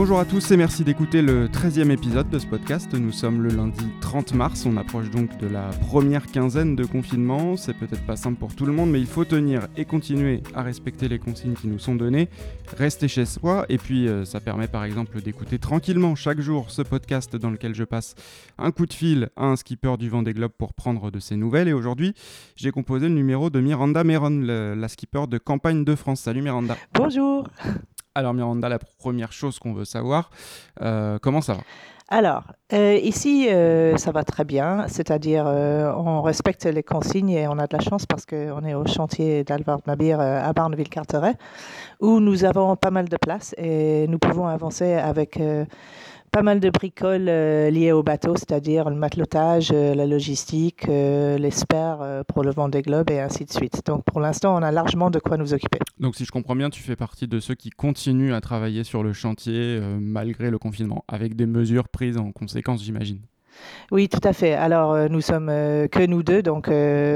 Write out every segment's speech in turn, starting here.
Bonjour à tous et merci d'écouter le 13e épisode de ce podcast. Nous sommes le lundi 30 mars, on approche donc de la première quinzaine de confinement. C'est peut-être pas simple pour tout le monde, mais il faut tenir et continuer à respecter les consignes qui nous sont données, rester chez soi, et puis ça permet par exemple d'écouter tranquillement chaque jour ce podcast dans lequel je passe un coup de fil à un skipper du Vendée Globe pour prendre de ses nouvelles. Et aujourd'hui, j'ai composé le numéro de Miranda Meron, la skipper de Campagne de France. Salut Miranda. Bonjour. Alors Miranda, la première chose qu'on veut savoir, comment ça va ? Alors, ici, ça va très bien, c'est-à-dire on respecte les consignes et on a de la chance parce qu'on est au chantier d'Alvar Nabir à Barneville-Carteret où nous avons pas mal de place et nous pouvons avancer avec pas mal de bricoles liées au bateau, c'est-à-dire le matelotage, la logistique, les spares pour le Vendée Globe et ainsi de suite. Donc pour l'instant, on a largement de quoi nous occuper. Donc si je comprends bien, tu fais partie de ceux qui continuent à travailler sur le chantier malgré le confinement, avec des mesures prises en conséquence, j'imagine. Oui, tout à fait. Alors nous sommes que nous deux, donc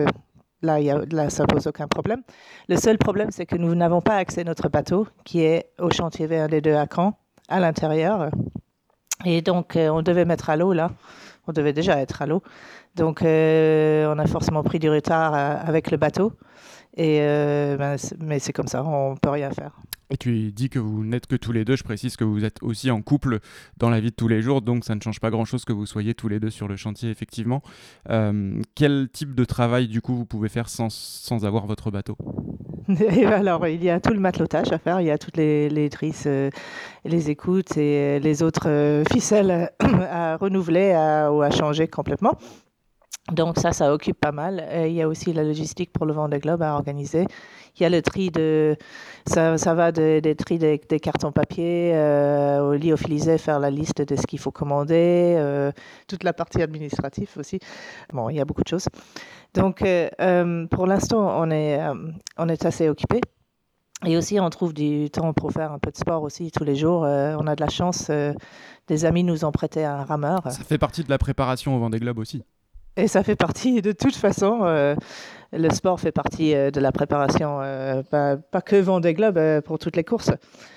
là, ça pose aucun problème. Le seul problème, c'est que nous n'avons pas accès à notre bateau, qui est au chantier VRD2 à Caen, à l'intérieur. Et donc, on devait mettre à l'eau, là. On devait déjà être à l'eau. Donc, on a forcément pris du retard avec le bateau. Mais c'est comme ça, on ne peut rien faire. Et tu dis que vous n'êtes que tous les deux, je précise que vous êtes aussi en couple dans la vie de tous les jours, donc ça ne change pas grand-chose que vous soyez tous les deux sur le chantier, effectivement. Quel type de travail, du coup, vous pouvez faire sans avoir votre bateau ? Et alors, il y a tout le matelotage à faire, il y a toutes les trisses, les écoutes et les autres ficelles à renouveler ou à changer complètement. Donc ça occupe pas mal. Il y a aussi la logistique pour le Vendée Globe à organiser. Il y a le tri ça va des tri des cartons papier au lyophilisé, faire la liste de ce qu'il faut commander, toute la partie administrative aussi. Bon, il y a beaucoup de choses. Donc pour l'instant, on est assez occupé. Et aussi, on trouve du temps pour faire un peu de sport aussi tous les jours. On a de la chance. Des amis nous ont prêté un rameur. Ça fait partie de la préparation au Vendée Globe aussi. Et ça fait partie, de toute façon, le sport fait partie de la préparation, pas que Vendée Globe, pour toutes les courses,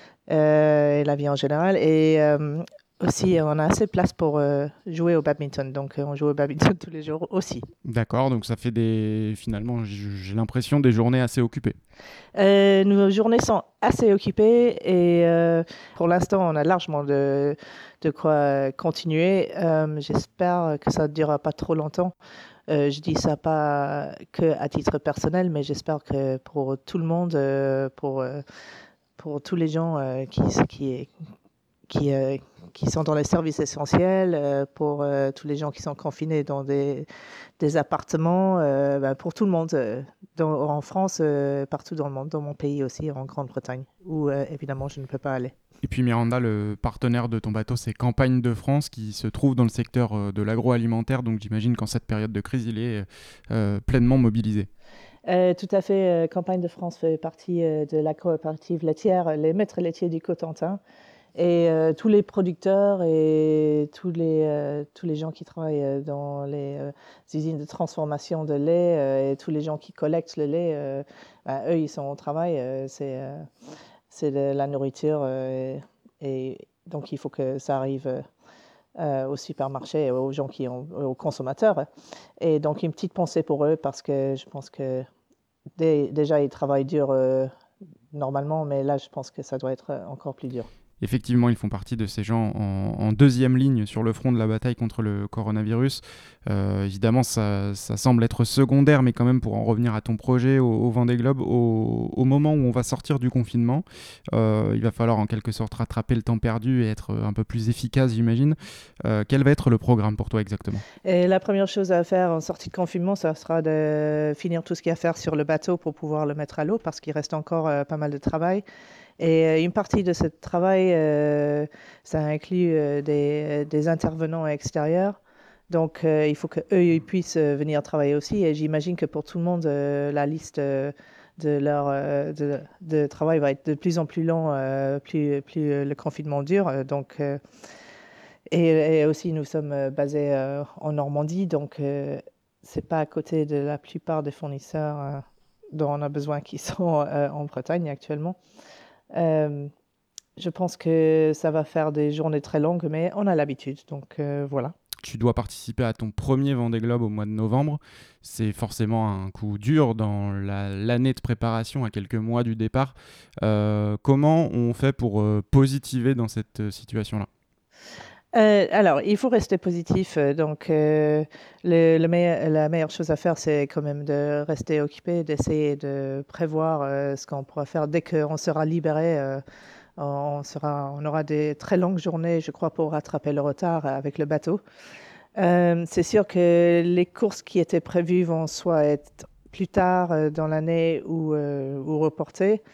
et la vie en général. Et aussi, on a assez de place pour jouer au badminton. Donc, on joue au badminton tous les jours aussi. D'accord, donc ça fait finalement, j'ai l'impression, des journées assez occupées. Nos journées sont assez occupées et pour l'instant, on a largement de quoi continuer. J'espère que ça ne durera pas trop longtemps. Je dis ça pas que à titre personnel, mais j'espère que pour tout le monde, pour tous les gens qui sont dans les services essentiels, pour tous les gens qui sont confinés dans des appartements, pour tout le monde, en France, partout dans le monde, dans mon pays aussi, en Grande-Bretagne, où évidemment je ne peux pas aller. Et puis Miranda, le partenaire de ton bateau, c'est Campagne de France, qui se trouve dans le secteur de l'agroalimentaire, donc j'imagine qu'en cette période de crise, il est pleinement mobilisé. Tout à fait, Campagne de France fait partie de la coopérative laitière, les maîtres laitiers du Cotentin. Et tous les producteurs et tous les gens qui travaillent dans les usines de transformation de lait et tous les gens qui collectent le lait, eux, ils sont au travail. C'est de la nourriture et donc il faut que ça arrive au supermarché et aux gens aux consommateurs. Et donc une petite pensée pour eux parce que je pense que déjà ils travaillent dur normalement, mais là je pense que ça doit être encore plus dur. Effectivement, ils font partie de ces gens en deuxième ligne sur le front de la bataille contre le coronavirus. Évidemment, ça semble être secondaire, mais quand même, pour en revenir à ton projet au Vendée Globe, au moment où on va sortir du confinement, il va falloir en quelque sorte rattraper le temps perdu et être un peu plus efficace, j'imagine. Quel va être le programme pour toi exactement ? Et la première chose à faire en sortie de confinement, ça sera de finir tout ce qu'il y a à faire sur le bateau pour pouvoir le mettre à l'eau, parce qu'il reste encore pas mal de travail. Et une partie de ce travail, ça inclut des intervenants extérieurs. Donc, il faut qu'eux puissent venir travailler aussi. Et j'imagine que pour tout le monde, la liste de travail va être de plus en plus long, plus le confinement dure. Donc, et aussi, nous sommes basés en Normandie. Donc, c'est pas à côté de la plupart des fournisseurs dont on a besoin qui sont en Bretagne actuellement. Je pense que ça va faire des journées très longues, mais on a l'habitude, donc voilà. Tu dois participer à ton premier Vendée Globe au mois de novembre. C'est forcément un coup dur dans l'année de préparation à quelques mois du départ. Comment on fait pour positiver dans cette situation-là? Alors, il faut rester positif. Donc, la meilleure chose à faire, c'est quand même de rester occupé, d'essayer de prévoir ce qu'on pourra faire dès qu'on sera libéré. On aura des très longues journées, je crois, pour rattraper le retard avec le bateau. C'est sûr que les courses qui étaient prévues vont soit être plus tard dans l'année ou reportées.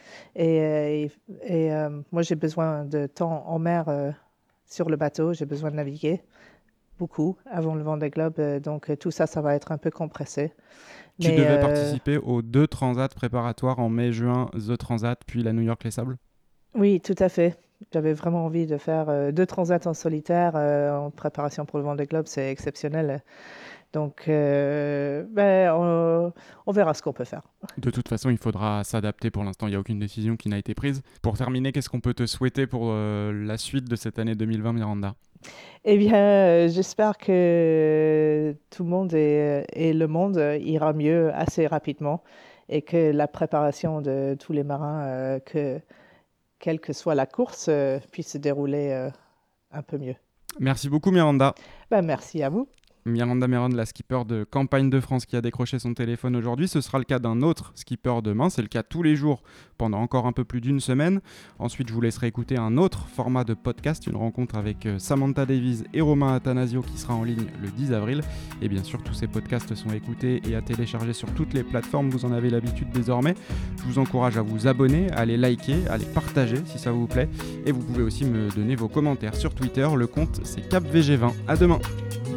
Moi, j'ai besoin de temps en mer sur le bateau. J'ai besoin de naviguer beaucoup avant le Vendée Globe. Donc, tout ça, ça va être un peu compressé. Tu devais participer aux 2 transats préparatoires en mai-juin, The Transat, puis la New York Les Sables? Oui, tout à fait. J'avais vraiment envie de faire 2 transats en solitaire en préparation pour le Vendée Globe. C'est exceptionnel. Donc, on verra ce qu'on peut faire. De toute façon, il faudra s'adapter. Pour l'instant, il n'y a aucune décision qui n'a été prise. Pour terminer, qu'est-ce qu'on peut te souhaiter pour la suite de cette année 2020, Miranda? Eh bien, j'espère que tout le monde et le monde ira mieux assez rapidement et que la préparation de tous les marins, quelle que soit la course, puisse se dérouler un peu mieux. Merci beaucoup, Miranda. Merci à vous. Miranda Meron, la skipper de Campagne de France qui a décroché son téléphone aujourd'hui. Ce sera le cas d'un autre skipper demain. C'est le cas tous les jours pendant encore un peu plus d'une semaine. Ensuite, je vous laisserai écouter un autre format de podcast, une rencontre avec Samantha Davies et Romain Attanasio qui sera en ligne le 10 avril. Et bien sûr, tous ces podcasts sont écoutés et à télécharger sur toutes les plateformes. Vous en avez l'habitude désormais. Je vous encourage à vous abonner, à les liker, à les partager si ça vous plaît. Et vous pouvez aussi me donner vos commentaires sur Twitter. Le compte, c'est CapVG20. À demain.